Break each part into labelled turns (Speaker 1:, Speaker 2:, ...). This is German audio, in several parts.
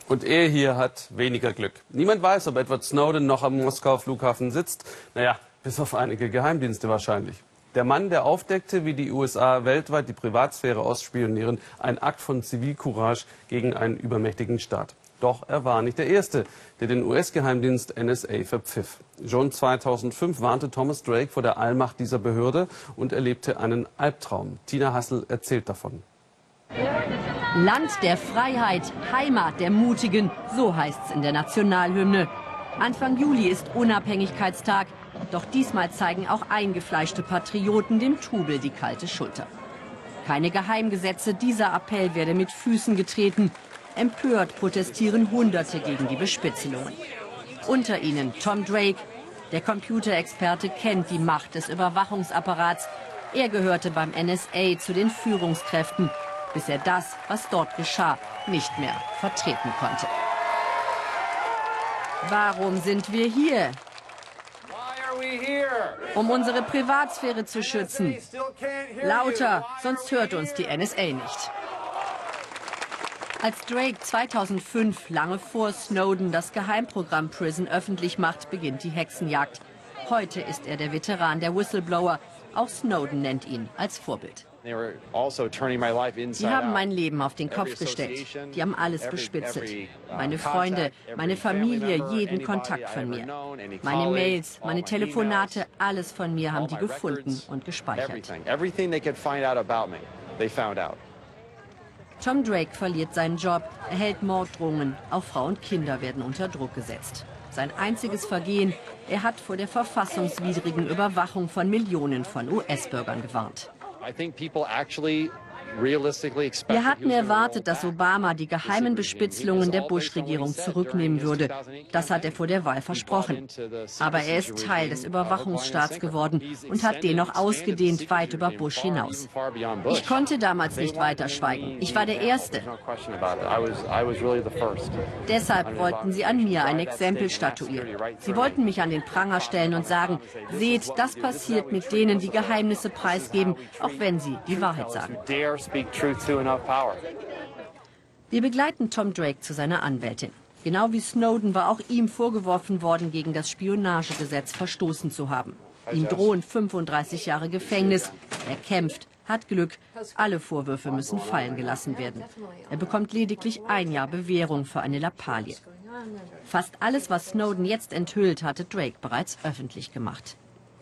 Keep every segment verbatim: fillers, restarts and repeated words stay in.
Speaker 1: Und er hier hat weniger Glück. Niemand weiß, ob Edward Snowden noch am Moskauer Flughafen sitzt. Naja, bis auf einige Geheimdienste wahrscheinlich. Der Mann, der aufdeckte, wie die U S A weltweit die Privatsphäre ausspionieren, ein Akt von Zivilcourage gegen einen übermächtigen Staat. Doch er war nicht der Erste, der den U S-Geheimdienst N S A verpfiff. Schon zweitausendfünf warnte Thomas Drake vor der Allmacht dieser Behörde und erlebte einen Albtraum. Tina Hassel erzählt davon.
Speaker 2: Land der Freiheit, Heimat der Mutigen, so heißt es in der Nationalhymne. Anfang Juli ist Unabhängigkeitstag, doch diesmal zeigen auch eingefleischte Patrioten dem Trubel die kalte Schulter. Keine Geheimgesetze, dieser Appell werde mit Füßen getreten. Empört protestieren Hunderte gegen die Bespitzelungen. Unter ihnen Tom Drake. Der Computerexperte kennt die Macht des Überwachungsapparats. Er gehörte beim N S A zu den Führungskräften, bis er das, was dort geschah, nicht mehr vertreten konnte. Warum sind wir hier? Um unsere Privatsphäre zu schützen. Lauter, sonst hört uns die N S A nicht. Als Drake zweitausendfünf, lange vor Snowden, das Geheimprogramm PRISM öffentlich macht, beginnt die Hexenjagd. Heute ist er der Veteran der Whistleblower. Auch Snowden nennt ihn als Vorbild. Sie haben mein Leben auf den Kopf gestellt. Die haben alles bespitzelt. Meine Freunde, meine Familie, jeden Kontakt von mir. Meine Mails, meine Telefonate, alles von mir haben die gefunden und gespeichert. Tom Drake verliert seinen Job, erhält Morddrohungen. Auch Frau und Kinder werden unter Druck gesetzt. Sein einziges Vergehen, er hat vor der verfassungswidrigen Überwachung von Millionen von U S-Bürgern gewarnt. Wir hatten erwartet, dass Obama die geheimen Bespitzelungen der Bush-Regierung zurücknehmen würde. Das hat er vor der Wahl versprochen. Aber er ist Teil des Überwachungsstaats geworden und hat den noch ausgedehnt weit über Bush hinaus. Ich konnte damals nicht weiter schweigen. Ich war der Erste. Deshalb wollten sie an mir ein Exempel statuieren. Sie wollten mich an den Pranger stellen und sagen, seht, das passiert mit denen, die Geheimnisse preisgeben, auch wenn sie die Wahrheit sagen. Wir begleiten Tom Drake zu seiner Anwältin. Genau wie Snowden war auch ihm vorgeworfen worden, gegen das Spionagegesetz verstoßen zu haben. Ihm drohen fünfunddreißig Jahre Gefängnis. Er kämpft, hat Glück. Alle Vorwürfe müssen fallen gelassen werden. Er bekommt lediglich ein Jahr Bewährung für eine Lappalie. Fast alles, was Snowden jetzt enthüllt, hatte Drake bereits öffentlich gemacht.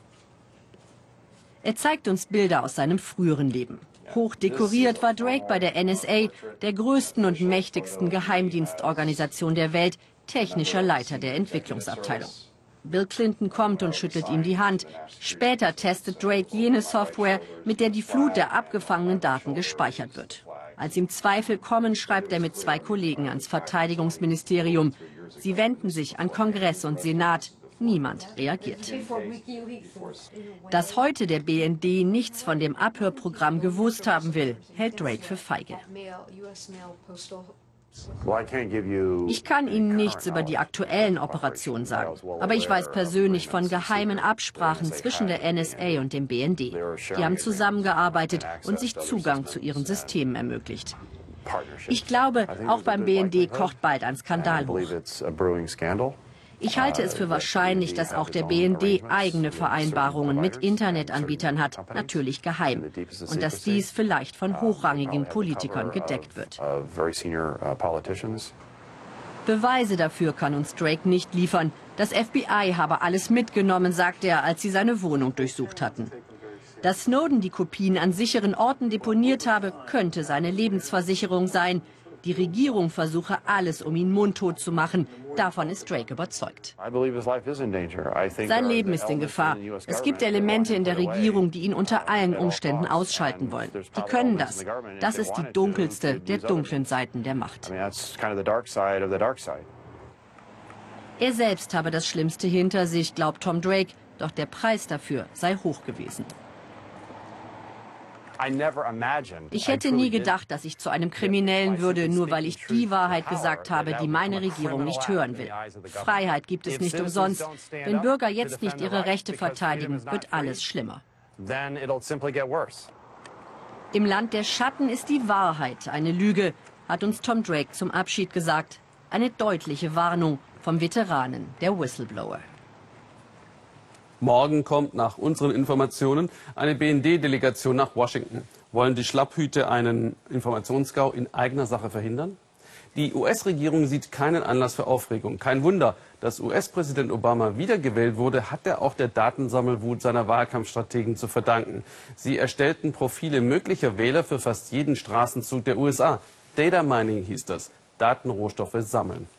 Speaker 2: Er zeigt uns Bilder aus seinem früheren Leben. Hoch dekoriert war Drake bei der N S A, der größten und mächtigsten Geheimdienstorganisation der Welt, technischer Leiter der Entwicklungsabteilung. Bill Clinton kommt und schüttelt ihm die Hand. Später testet Drake jene Software, mit der die Flut der abgefangenen Daten gespeichert wird. Als ihm Zweifel kommen, schreibt er mit zwei Kollegen ans Verteidigungsministerium. Sie wenden sich an Kongress und Senat. Niemand reagiert. Dass heute der B N D nichts von dem Abhörprogramm gewusst haben will, hält Drake für feige. Ich kann Ihnen nichts über die aktuellen Operationen sagen, aber ich weiß persönlich von geheimen Absprachen zwischen der N S A und dem B N D. Die haben zusammengearbeitet und sich Zugang zu ihren Systemen ermöglicht. Ich glaube, auch beim B N D kocht bald ein Skandal hoch. Ich halte es für wahrscheinlich, dass auch der B N D eigene Vereinbarungen mit Internetanbietern hat, natürlich geheim, und dass dies vielleicht von hochrangigen Politikern gedeckt wird. Beweise dafür kann uns Drake nicht liefern. Das F B I habe alles mitgenommen, sagte er, als sie seine Wohnung durchsucht hatten. Dass Snowden die Kopien an sicheren Orten deponiert habe, könnte seine Lebensversicherung sein. Die Regierung versuche alles, um ihn mundtot zu machen. Davon ist Drake überzeugt. Sein Leben ist in Gefahr. Es gibt Elemente in der Regierung, die ihn unter allen Umständen ausschalten wollen. Die können das. Das ist die dunkelste der dunklen Seiten der Macht. Er selbst habe das Schlimmste hinter sich, glaubt Tom Drake. Doch der Preis dafür sei hoch gewesen. Ich hätte nie gedacht, dass ich zu einem Kriminellen würde, nur weil ich die Wahrheit gesagt habe, die meine Regierung nicht hören will. Freiheit gibt es nicht umsonst. Wenn Bürger jetzt nicht ihre Rechte verteidigen, wird alles schlimmer. Im Land der Schatten ist die Wahrheit eine Lüge, hat uns Tom Drake zum Abschied gesagt. Eine deutliche Warnung vom Veteranen der Whistleblower.
Speaker 1: Morgen kommt nach unseren Informationen eine B N D-Delegation nach Washington. Wollen die Schlapphüte einen Informationsgau in eigener Sache verhindern? Die U S-Regierung sieht keinen Anlass für Aufregung. Kein Wunder, dass U S-Präsident Obama wiedergewählt wurde, hat er auch der Datensammelwut seiner Wahlkampfstrategen zu verdanken. Sie erstellten Profile möglicher Wähler für fast jeden Straßenzug der U S A. Data Mining hieß das. Datenrohstoffe sammeln.